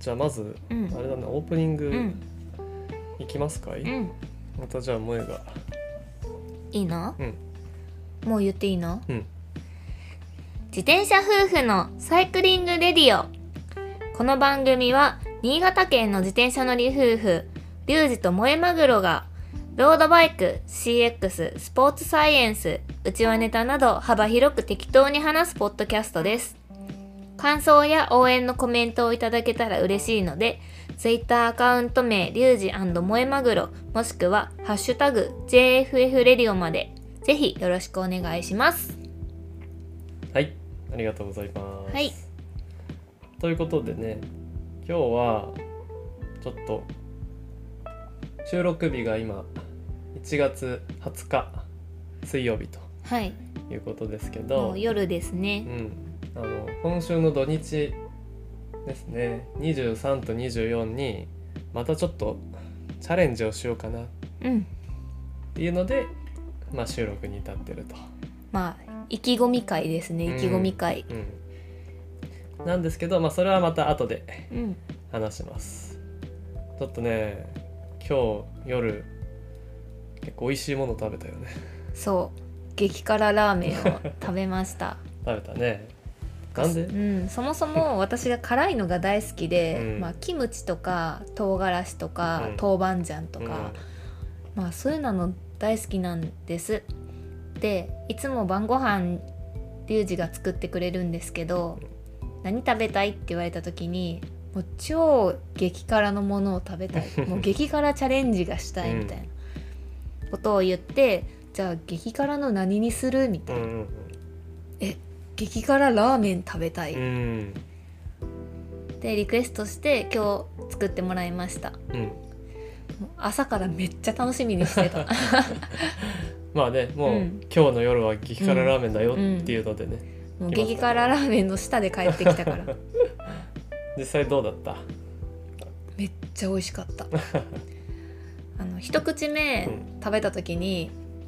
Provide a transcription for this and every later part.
じゃあまず、 うん、 あれだね、オープニング、 うん、 いきますかい、 うん、 またじゃあ萌えが。 いいの？ うんもう言っていいの？ うん。 自転車夫婦のサイクリングレディオ。この番組は新潟県の自転車乗り夫婦リュウジと萌えマグロがロードバイク、CX、スポーツサイエンス、うちわネタなど幅広く適当に話すポッドキャストです。感想や応援のコメントをいただけたら嬉しいので、Twitter アカウント名リュウジ&萌えマグロもしくはハッシュタグ JFF レディオまでぜひよろしくお願いします。 はい、ありがとうございます。 はい。 ということでね、今日はちょっと収録日が今1月20日水曜日とはいいうことですけもど、 う夜ですうね。 ん、今週の土日ですね、23と24にまたちょっとチャレンジをしようかなっうんていうので、まあ、収録に至ってると。 まあ意気込み会ですね、意気込み会。 なんですけど、まあ、それはまた後でうん話します。ちょっとね、今日夜結構美味しいもの食べたよね。 そう激辛ラーメンを食べました食べたね。なんで？ うん、そもそも私が辛いのが大好きで、 うんまあ、キムチとか唐辛子とか、 うん豆板醤とか、まあそういうの大好きなんです。でいつも晩ご飯リュウジが作ってくれるんですけど、何食べたいって言われた時にもう超激辛のものを食べたいもう激辛チャレンジがしたいみたいなことを言って、じゃあ激辛の何にするみたいな、激辛ラーメン食べたい、でリクエストして今日作ってもらいました。もう朝からめっちゃ楽しみにしてたまあね、もう、今日の夜は激辛ラーメンだよっていうのでね、 もう激辛ラーメンの下で帰ってきたから実際どうだった？ めっちゃ美味しかった一口目食べた時に、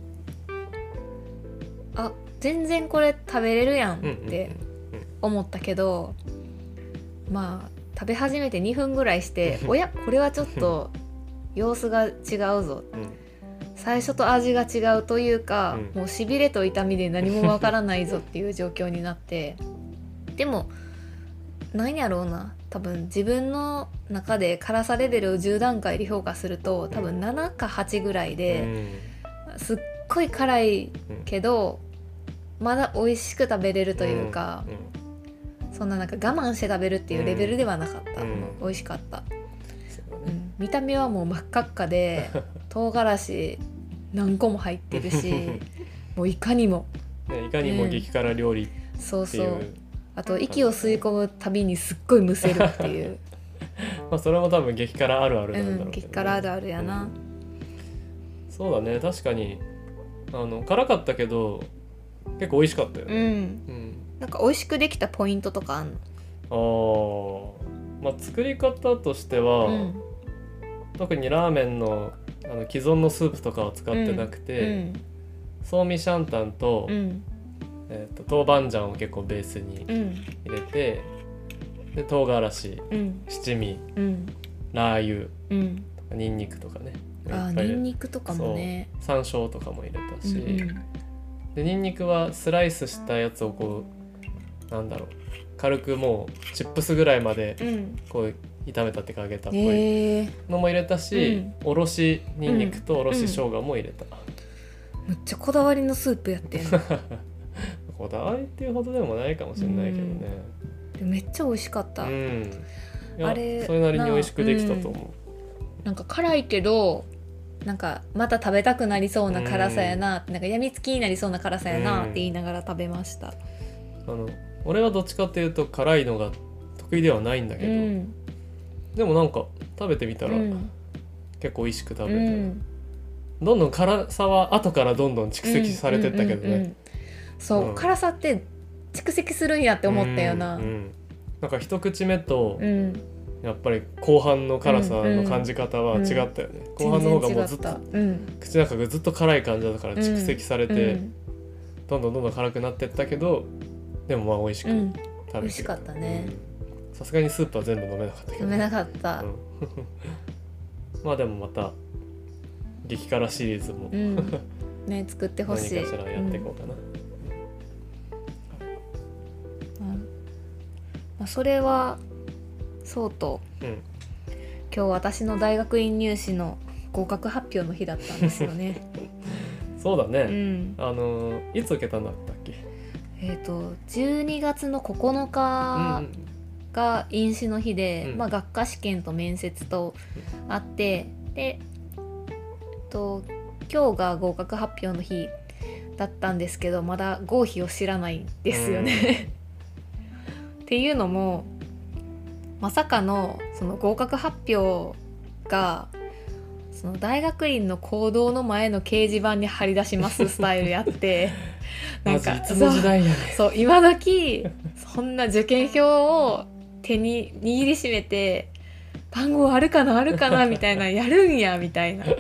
あ、全然これ食べれるやんって思ったけど、まあ食べ始めて2分ぐらいしておやこれはちょっと様子が違うぞ、最初と味が違うというか、もうしびれと痛みで何もわからないぞっていう状況になってでも何やろうな、多分自分の中で辛さレベルを10段階で評価すると多分7か8ぐらいで、すっごい辛いけど、まだ美味しく食べれるというか、そんななんか我慢して食べるっていうレベルではなかった、美味しかった、見た目はもう真っ赤っかで唐辛子何個も入ってるしもういかにも激辛料理っていう、 そうそう、あと息を吸い込むたびにすっごいむせるっていうまあそれも多分激辛あるあるなんだろうけど、ね、 激辛あるあるやな、 そうだね、確かに辛かったけど結構美味しかったよね。 なんか美味しくできたポイントとかあんの？まあ作り方としては、特にラーメンの既存のスープとかは使ってなくて、ソーミシャンタンと、豆板醤を結構ベースに入れて、で唐辛子、七味、ラー油、ニンニクとかね、 ニンニクとかもね、 山椒とかも入れたし、でニンニクはスライスしたやつをこうなんだろう、軽くもうチップスぐらいまでこう炒めたっていうか揚げたっぽいのも入れたし、おろしニンニクとおろし生姜も入れた、 めっちゃこだわりのスープやってんのこだわりっていうほどでもないかもしれないけどね、 でめっちゃ美味しかった、 あれそれなりに美味しくできたと思う、 なんか辛いけどなんかまた食べたくなりそうな辛さやな、なんかやみつきになりそうな辛さやなって言いながら食べました。 俺はどっちかっていうと辛いのが得意ではないんだけど、でもなんか食べてみたら結構美味しく食べて、どんどん辛さは後からどんどん蓄積されてったけどね、 そう、辛さって蓄積するんやって思ったよな、 なんか一口目と、やっぱり後半の辛さの感じ方は違ったよね、後半の方がもうずっと、口の中がずっと辛い感じだから蓄積されて、どんどん辛くなってったけど、でもまあ美味しく食べて、 美味しかったね、 さすがにスープは全部飲めなかったけど、 飲めなかった、 うん、まあでもまた激辛シリーズも、 ね、作ってほしい。 何かしらやっていこうかな、 まあ、それはそうと、今日私の大学院入試の合格発表の日だったんですよねそうだね、いつ受けたんだったっけ。 12月の9日が院試の日で、まあ、学科試験と面接とあって、で、今日が合格発表の日だったんですけど、まだ合否を知らないんですよねっていうのも、まさかのその合格発表がその大学院の講堂の前の掲示板に貼り出しますスタイルやってなんかいつの時代やね。 そう今時そんな受験票を手に握りしめて番号あるかなみたいなやるんやみたいな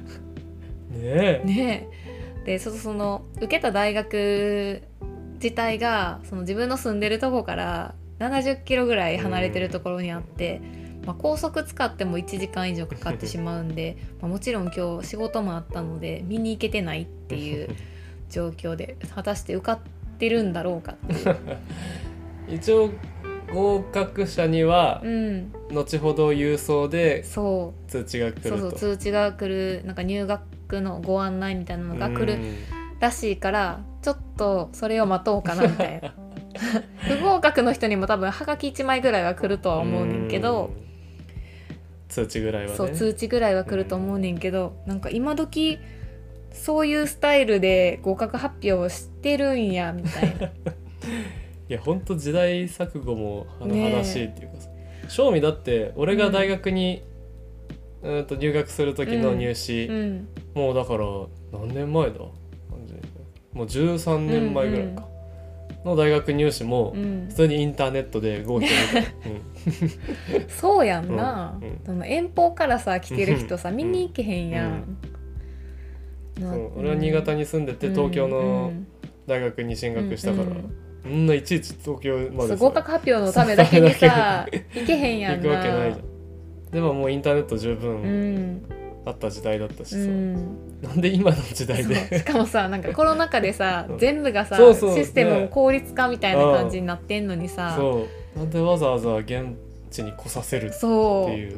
ねえ。でその受けた大学自体がその自分の住んでるとこから70キロぐらい離れてるところにあって、まあ、高速使っても1時間以上かかってしまうんでまあもちろん今日仕事もあったので見に行けてないっていう状況で、果たして受かってるんだろうかっていう一応合格者には後ほど郵送で通知が来ると、 そう通知が来る、なんか入学のご案内みたいなのが来るらしいから、ちょっとそれを待とうかなみたいな不合格の人にも多分はがき1枚ぐらいは来るとは思うねんけど、 通知ぐらいはね、 そう通知ぐらいは来ると思うねんけど、なんか今時そういうスタイルで合格発表をしてるんやみたいないやほんと時代錯誤も話しいっていうかさ、正味だって俺が大学に、入学する時の入試、もうだから何年前だ、もう13年前ぐらいか、の大学入試も普通にインターネットで合否を見た、 そうやんな、でも遠方からさ来てる人さ見に行けへんやん、 そう俺は新潟に住んでて東京の大学に進学したから、そんないちいち東京まで合格発表のためだけにさ行けへんやんな。 行くわけないじゃん。でももうインターネット十分あった時代だったしさ、なんで今の時代でしかもさなんかコロナ禍でさ全部がさシステムも効率化みたいな感じになってんのにさ、 そうなんでわざわざ現地に来させるっていう。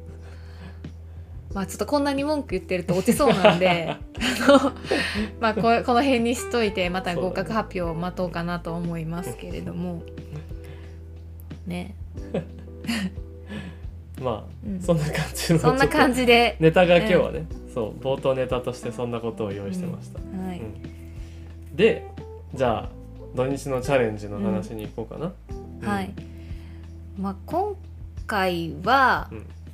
まあちょっとこんなに文句言ってると落ちそうなんでまあこの辺にしといてまた合格発表を待とうかなと思いますけれどもねまあ、そんな感じのそんな感じでネタが今日はね、そう冒頭ネタとしてそんなことを用意してました、でじゃあ土日のチャレンジの話に行こうかな、 はい、まあ今回は、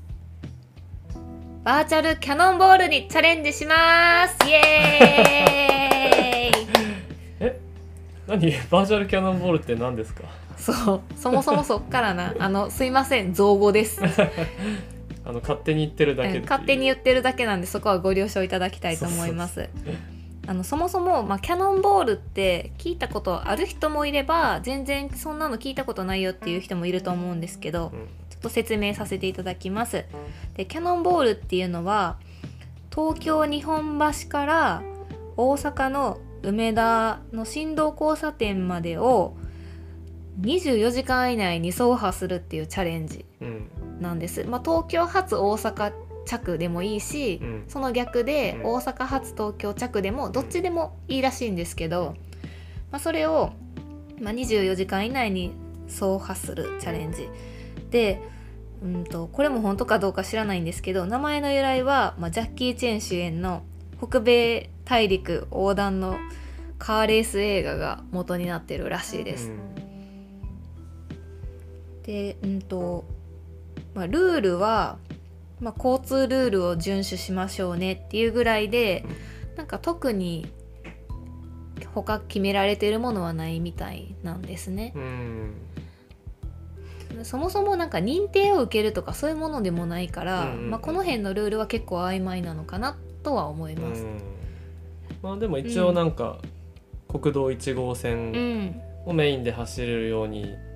バーチャルキャノンボールにチャレンジしますイエーイ何バーチャルキャノンボールって何ですか。 そもそもそっからなすいません造語です勝手に言ってるだけ勝手に言ってるだけなんでそこはご了承いただきたいと思います。そもそも、キャノンボールって聞いたことある人もいれば全然そんなの聞いたことないよっていう人もいると思うんですけど、ちょっと説明させていただきます。でキャノンボールっていうのは東京日本橋から大阪の梅田の新道交差点までを24時間以内に走破するっていうチャレンジなんです、東京発大阪着でもいいし、その逆で大阪発東京着でもどっちでもいいらしいんですけど、それを、24時間以内に走破するチャレンジで、これも本当かどうか知らないんですけど、名前の由来は、ジャッキー・チェン主演の北米大陸横断のカーレース映画が元になってるらしいです、で、ルールは、交通ルールを遵守しましょうねっていうぐらいで、なんか特に他決められてるものはないみたいなんですね。そもそもなんか認定を受けるとかそういうものでもないから、この辺のルールは結構曖昧なのかなとは思います。 でも一応なんか、国道1号線をメインで走れるように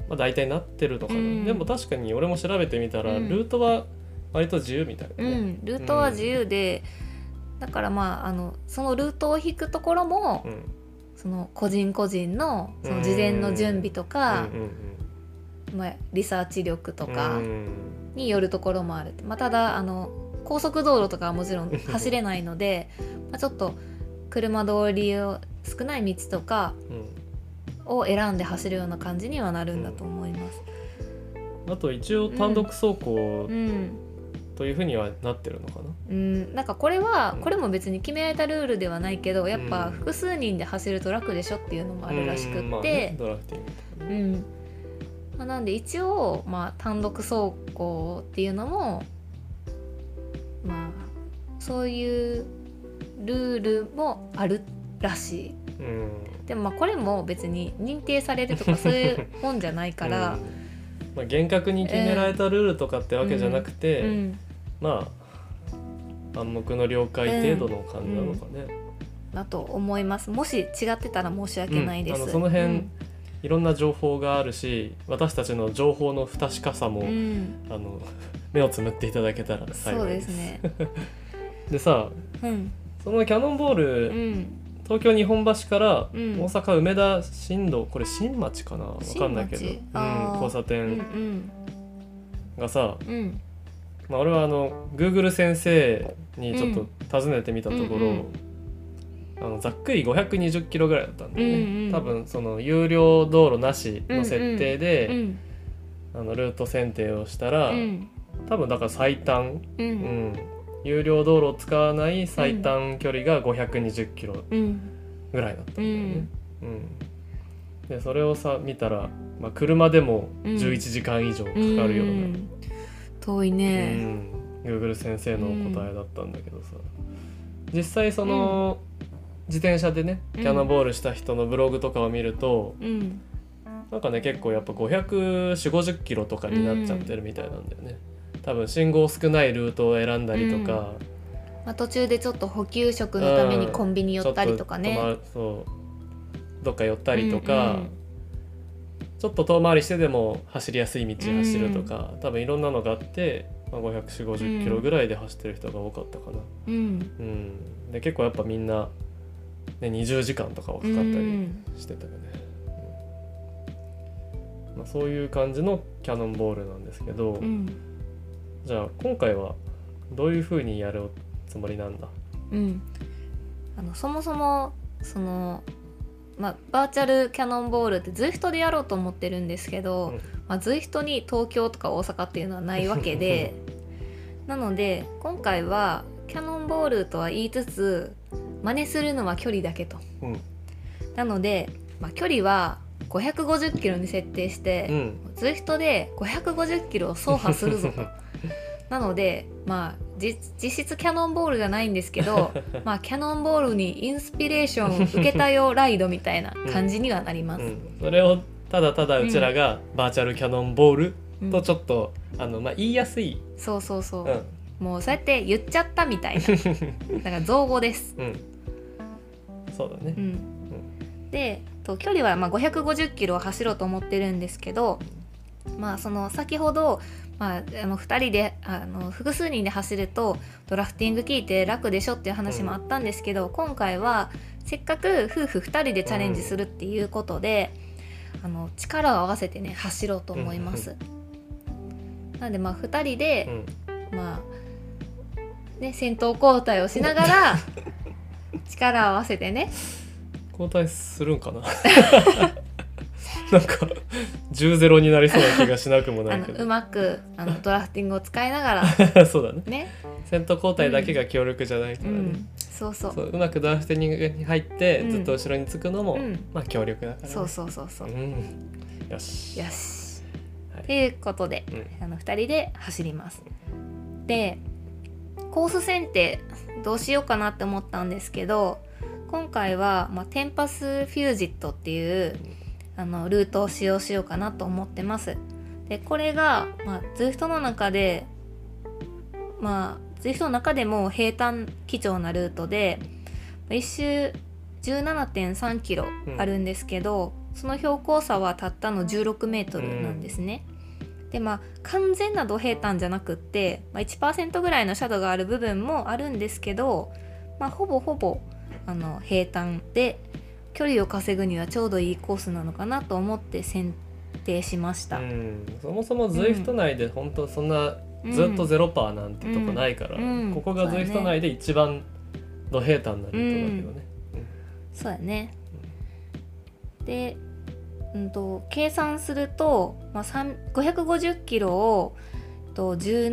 まあ、大体なってるのかな、 うん、 でも確かに俺も調べてみたら、ルートは割と自由みたいなね、 ルートは自由で、だからまあそのルートを引くところも、その個人個人のその事前の準備とか、まあ、リサーチ力とかによるところもある。まあ、ただ高速道路とかはもちろん走れないのでまあちょっと車通りを少ない道とかを選んで走るような感じにはなるんだと思います。 あと一応単独走行というふうにはなってるのかな。 なんかこれも別に決められたルールではないけど、やっぱ複数人で走ると楽でしょっていうのもあるらしくって、 まあね、ドラフティングとかね、 まあ、なんで一応、まあ、単独走行っていうのもまあそういうルールもあるらしい。でもまあこれも別に認定されるとかそういうもんじゃないから、 まあ、厳格に決められたルールとかってわけじゃなくて、まあ暗黙の了解程度の感じなのかね、 だと思います。もし違ってたら申し訳ないです。 その辺、いろんな情報があるし、私たちの情報の不確かさも、目をつむっていただけたら幸いです。そうですねでさ、そのキャノンボール、東京日本橋から大阪梅田新道、これ新町かな、わかんないけど、交差点がさ、まあ、俺はGoogle 先生にちょっと尋ねてみたところ、ざっくり520キロぐらいだったんだよね、多分その有料道路なしの設定で、ルート選定をしたら、多分だから最短、有料道路を使わない最短距離が520キロぐらいだったんだよね、でそれをさ見たら、まあ、車でも11時間以上かかるような、 遠いね、 Google 先生の答えだったんだけどさ、実際その、自転車でねキャノンボールした人のブログとかを見ると、なんかね結構やっぱ540-50キロとかになっちゃってるみたいなんだよね、多分信号少ないルートを選んだりとか、 まあ、途中でちょっと補給食のためにコンビニ寄ったりとかね、 そうどっか寄ったりとか、ちょっと遠回りしてでも走りやすい道走るとか、多分いろんなのがあって、まあ、540-50キロぐらいで走ってる人が多かったかな、で結構やっぱみんな、ね、20時間とかはかかったりしてたよね、まあ、そういう感じのキャノンボールなんですけど、じゃあ今回はどういう風にやるつもりなんだ？ そもそもその、まあ、バーチャルキャノンボールってZWIFTでやろうと思ってるんですけど、まあ、ZWIFTに東京とか大阪っていうのはないわけでなので今回はキャノンボールとは言いつつ真似するのは距離だけと、なので、まあ、距離は550キロに設定して、ZWIFTで550キロを走破するぞとなので、まあ、実質キャノンボールじゃないんですけどまあキャノンボールにインスピレーションを受けたよライドみたいな感じにはなります、 それをただただうちらがバーチャルキャノンボールとちょっと、まあ、言いやすい、 そう、もうそうやって言っちゃったみたいなだから造語です、 そうだね、 で距離はまあ550キロを走ろうと思ってるんですけど、まあその先ほど、まあ、2人で複数人で走るとドラフティング聞いて楽でしょっていう話もあったんですけど、今回はせっかく夫婦2人でチャレンジするっていうことで、力を合わせてね走ろうと思います、なのでまあ2人で、まあね、先頭交代をしながら力を合わせてね交代するんかななんか10-0になりそうな気がしなくもないけどうまくドラフティングを使いながらそうだね、先頭交代だけが強力じゃないからね、そううまくドラフティングに入ってずっと後ろにつくのも、まあ強力だから、ね、 そう、 よし、 ということで、2人で走ります。でコース選定どうしようかなって思ったんですけど、今回は、まあ、テンパスフュージットっていうルートを使用しようかなと思ってます。でこれが、まあ、ZWIFT の中で、まあ、ZWIFT の中でも平坦基調なルートで1周 17.3 キロあるんですけど、 その標高差はたったの16メートルなんですね。で完全な土平坦じゃなくって、1% ぐらいの斜度がある部分もあるんですけど、ほぼほぼ平坦で距離を稼ぐにはちょうどいいコースなのかなと思って選定しました。 そもそもズイフト内で本当そんなずっと 0% なんてとこないから、ここがズイフト内で一番土平坦なルートだけどね。 そうやね。で計算すると、550キロを1周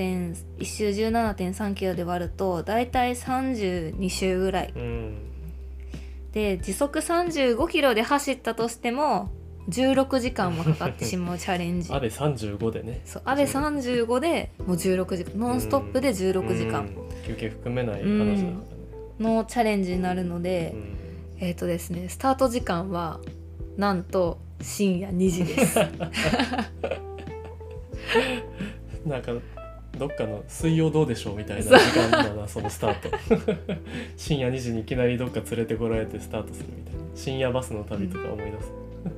17.3 キロで割るとだいたい32周ぐらい、で時速35キロで走ったとしても16時間もかかってしまうチャレンジ。 安倍35でね。 そう、安倍35でもう16時間、ノンストップで16時間、 休憩含めない話だからね、 のチャレンジになるので、ですね、スタート時間はなんと深夜2時ですなんかどっかの水曜どうでしょうみたいな時間だなそのスタート深夜2時にいきなりどっか連れてこられてスタートするみたいな、深夜バスの旅とか思い出す、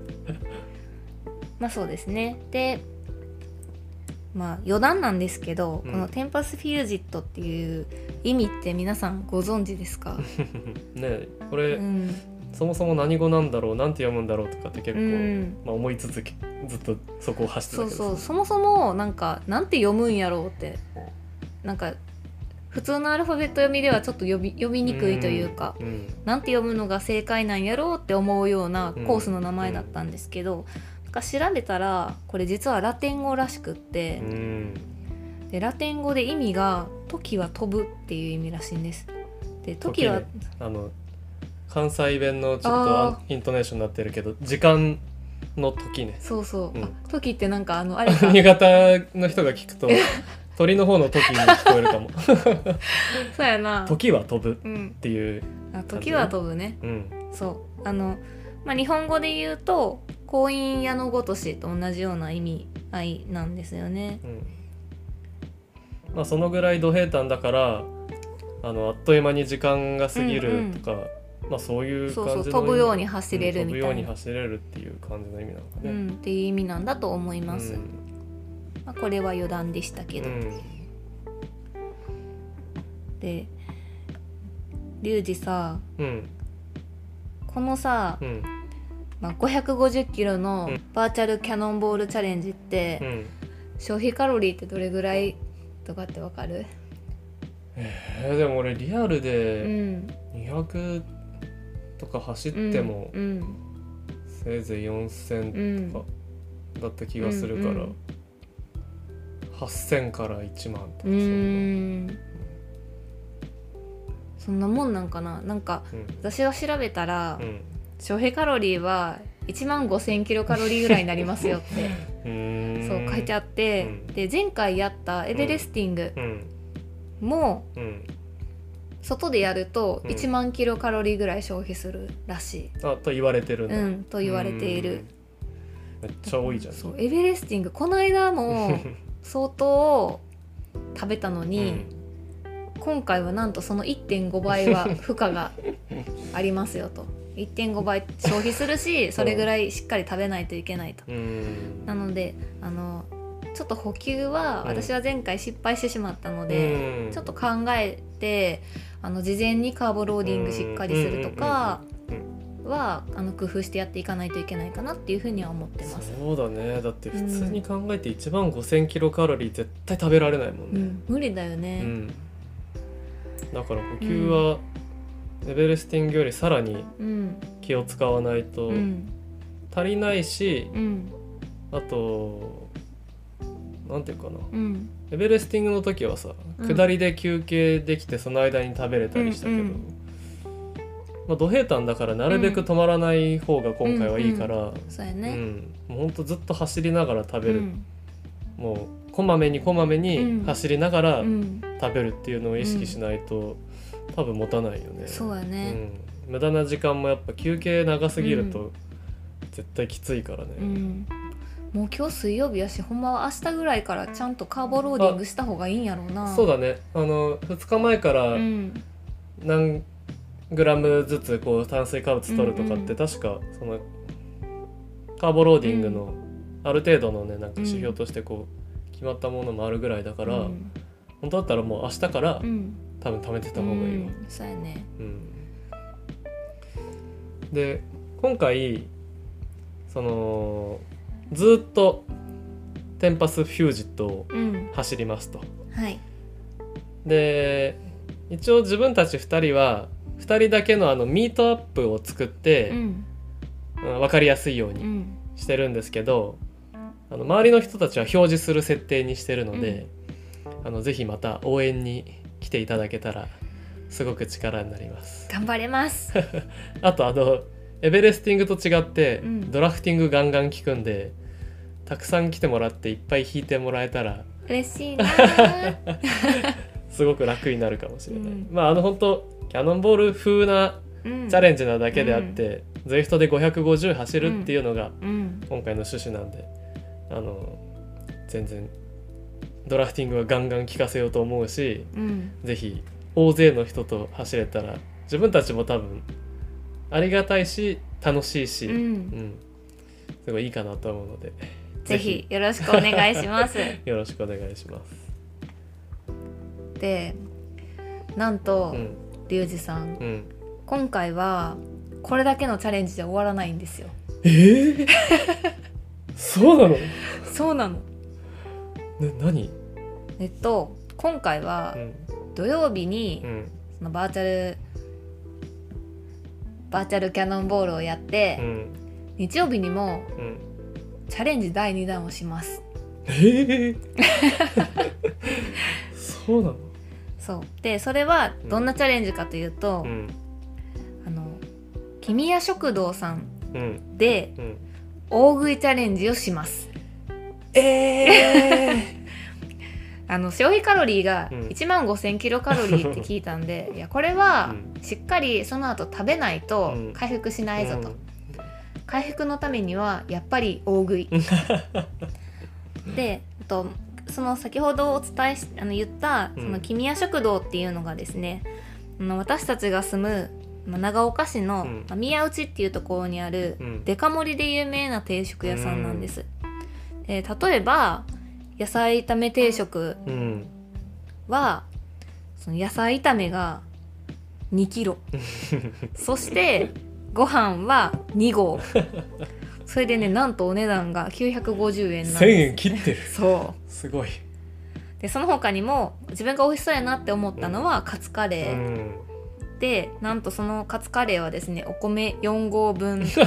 そうですね。で余談なんですけど、このテンパスフュージットっていう意味って皆さんご存知ですか？ ね、これ、そもそも何語なんだろう、なんて読むんだろうとかって結構、思い続けずっとそこを走ってたけど、 そもそもなんて読むんやろうって、普通のアルファベット読みではちょっと読みにくいというか、なんて読むのが正解なんやろうって思うようなコースの名前だったんですけど、調べたらこれ実はラテン語らしくって、でラテン語で意味が時は飛ぶっていう意味らしいんです。で時は、 関西弁のちょっとイントネーションになってるけど、時間の時ね。 そうそう、時ってあれか新潟の人が聞くと鳥の方の時に聞こえるかもそうやな、 時は飛ぶっていう、 時は飛ぶね、そう日本語で言うと婚姻屋のごとしと同じような意味合いなんですよね。 そのぐらい土平坦だからあっという間に時間が過ぎるとか、そういう感じの飛ぶように走れるみたいな、 飛ぶように走れるっていう感じの意味なのかね、 っていう意味なんだと思います、これは余談でしたけど、でリュウジさ、このさ、550キロのバーチャルキャノンボールチャレンジって、消費カロリーってどれぐらいとかってわかる？ でも俺リアルで200とか走っても、せいぜい4000とかだった気がするから、8000から1万とかそんなもんなんかな。私が調べたら、消費カロリーは1万5000キロカロリーぐらいになりますよってそう書いてあって、で前回やったエベレスティングも、外でやると1万キロカロリーぐらい消費するらしい、 と言われてるんだ、 と言われている。 めっちゃ多いじゃん。 そう、エベレスティングこの間も相当食べたのに今回はなんとその 1.5 倍は負荷がありますよと。1.5 倍消費するしそれぐらいしっかり食べないといけないと。なのでちょっと補給は私は前回失敗してしまったので、ちょっと考えて事前にカーボローディングしっかりするとかは工夫してやっていかないといけないかなっていうふうには思ってます。 そうだね。だって普通に考えて1万5000キロカロリー絶対食べられないもんね、 無理だよね、 だから補給はエベレスティングよりさらに気を使わないと足りないし、あとなんていうかな、エベレスティングの時はさ、下りで休憩できてその間に食べれたりしたけど、土平坦だからなるべく止まらない方が今回はいいから、 そうやね、 もうほんとずっと走りながら食べる、もうこまめに走りながら食べるっていうのを意識しないと、多分持たないよね。 そうやね、 無駄な時間もやっぱ休憩長すぎると絶対きついからね、 もう今日水曜日やし、ほんまは明日ぐらいからちゃんとカーボローディングした方がいいんやろうな。 そうだね、2日前から何グラムずつこう炭水化物取るとかって確かそのカーボローディングのある程度のねなんか指標としてこう決まったものもあるぐらいだから、本当だったらもう明日から、多分貯めてた方がいいわ。 そうやね。 で今回そのずっとテンパスフュージットを走りますと、 はい。 で一応自分たち2人は2人だけのミートアップを作って、分かりやすいようにしてるんですけど、周りの人たちは表示する設定にしてるので、ぜひまた応援に来ていただけたらすごく力になります。 頑張れます。 あとエベレスティングと違って、ドラフティングガンガン効くんで、たくさん来てもらっていっぱい弾いてもらえたら嬉しいなすごく楽になるかもしれない。まあ本当キャノンボール風なチャレンジなだけであって、Zwift で550走るっていうのが今回の趣旨なんで、全然ドラフティングはガンガン効かせようと思うし、ぜひ大勢の人と走れたら自分たちも多分ありがたいし楽しいし、すごいいいかなと思うので、 ぜひよろしくお願いしますよろしくお願いします。 でなんと、リュウジさん、今回はこれだけのチャレンジで終わらないんですよ。 そうなの？ そうなの。 何？ 今回は土曜日にそのバーチャルキャノンボールをやって、日曜日にもチャレンジ第2弾をします。 そうなの？ そうで、それはどんなチャレンジかというと、君や食堂さんで大食いチャレンジをします。消費カロリーが15,000キロカロリーって聞いたんで、いやこれはしっかりその後食べないと回復しないぞと、回復のためにはやっぱり大食いで、その先ほどお伝え言ったその君や食堂っていうのがですね、私たちが住む長岡市の宮内っていうところにあるデカ盛りで有名な定食屋さんなんです。例えば野菜炒め定食は、その野菜炒めが2キロそしてご飯は2合それでね、なんとお値段が950円なんです。 1000円切ってる。 そうすごい。 でその他にも自分が美味しそうやなって思ったのはカツカレー、でなんとそのカツカレーはですね、お米4合分待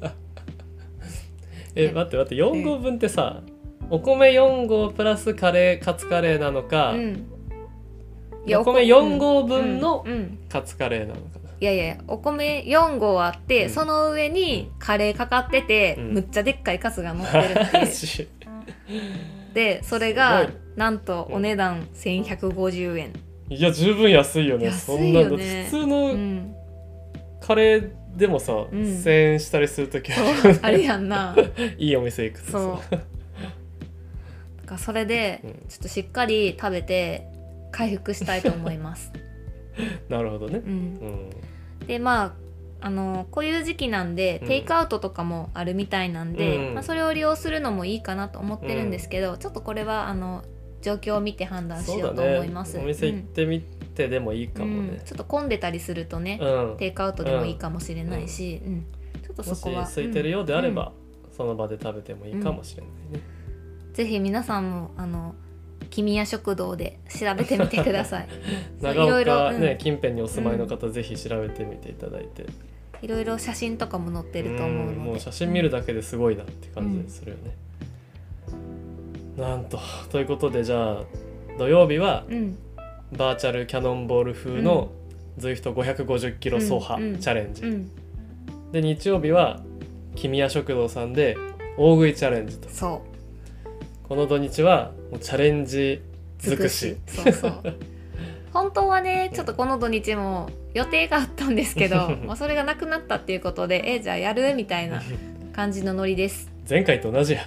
って4合分ってさ、お米4合プラスカツカレーなのか、お米4合分のカツカレーなのかな。 いやお米4合あって、その上にカレーかかってて、むっちゃでっかいカツが乗ってるっていうでそれがなんとお値段1150円。 いや十分安いよね。 安いよね。 そんな普通のカレーでもさ、1000円したりするときあるやんないいお店行くとさ、 そうだからそれでちょっとしっかり食べて回復したいと思いますなるほどね。 でこういう時期なんで、テイクアウトとかもあるみたいなんで、それを利用するのもいいかなと思ってるんですけど、ちょっとこれは状況を見て判断しようと思います。 お店行ってみてでもいいかもね。 ちょっと混んでたりするとね、テイクアウトでもいいかもしれないし、ちょっとそこはもし空いてるようであれば、その場で食べてもいいかもしれないね。 ぜひ皆さんも君や食堂で調べてみてください長岡ね、近辺にお住まいの方、ぜひ調べてみていただいて、 いろいろ写真とかも載ってると思うので、 もう写真見るだけですごいなって感じするよね。なんということで、じゃあ土曜日は、バーチャルキャノンボール風の Zwift550 キロ走破チャレンジ、で日曜日は君や食堂さんで大食いチャレンジと。 そうこの土日はもうチャレンジ尽くし。 そう本当はね、ちょっとこの土日も予定があったんですけどそれがなくなったっていうことで、じゃあやるみたいな感じのノリです。 前回と同じや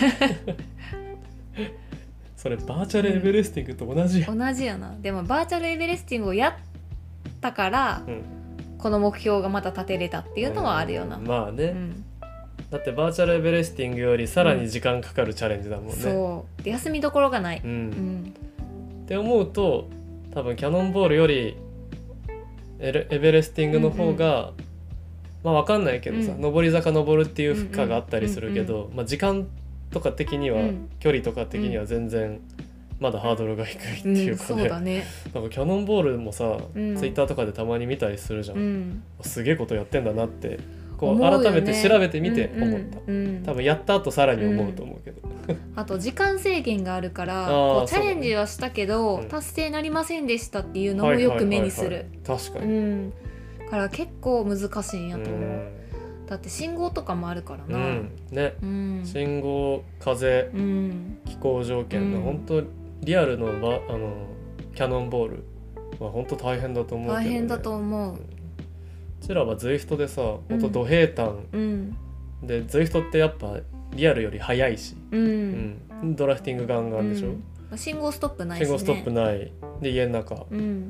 それバーチャルエベレスティングと同じや、 同じやな。でもバーチャルエベレスティングをやったから、この目標がまた立てれたっていうのはあるよな。 まあね、 だってバーチャルエベレスティングよりさらに時間かかるチャレンジだもんね、 そうで休みどころがない、 って思うと多分キャノンボールよりエベレスティングの方が、まあ分かんないけどさ、上り坂登るっていう負荷があったりするけど、まあ、時間とか的には、距離とか的には全然まだハードルが低いっていうかね、 そうだね。 なんかキャノンボールもさ、ツイッターとかでたまに見たりするじゃん、すげえことやってんだなってこう改めて調べてみて思った、多分やった後さらに思うと思うけど、 あと時間制限があるからこうチャレンジはしたけど、達成なりませんでしたっていうのもよく目にする。 確かに、 から結構難しいんやと思う。だって信号とかもあるからな、 ね、信号、風、気候条件の本当リアルのキャノンボールは本当大変だと思うけど、ね、 大変だと思う。 うちらはズイフトでさ、本当ド平坦、でズイフトってやっぱリアルより速いし、ドラフティングガンガンでしょ、 信号ストップないしね。 信号ストップないで家の中、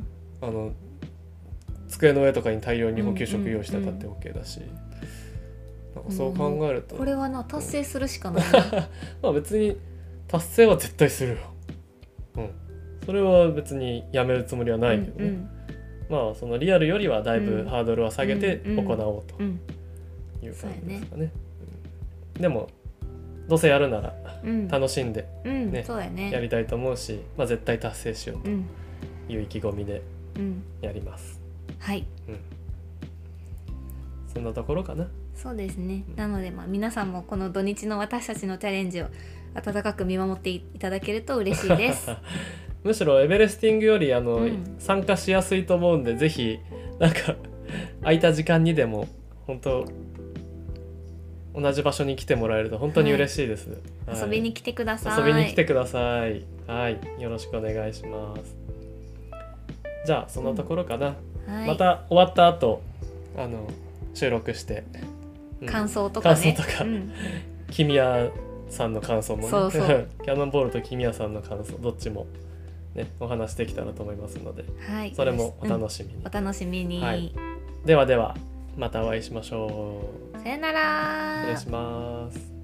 机の上とかに大量に補給食用してたって OK だし、なんかそう考えるとこれはな達成するしかないまあ別に達成は絶対するよ、それは別にやめるつもりはないけどね、まあそのリアルよりはだいぶハードルは下げて行おうという感じですかね。でもどうせやるなら楽しんで、やりたいと思うし、まあ、絶対達成しようという意気込みでやります、 はい、 そんなところかな。 そうですね、なのでまあ皆さんもこの土日の私たちのチャレンジを温かく見守っていただけると嬉しいですむしろエベレスティングより参加しやすいと思うんで、ぜひなんか空いた時間にでも本当同じ場所に来てもらえると本当に嬉しいです、 遊びに来てください。 遊びに来てください。はい、よろしくお願いします。じゃあそんなところかな、また終わった後収録して感想とかね、 キミヤさんの感想もね、 そうキャノンボールとキミヤさんの感想どっちもねお話できたらと思いますので、それもお楽しみに、 お楽しみに、 ではではまたお会いしましょう。 さよなら。 失礼します。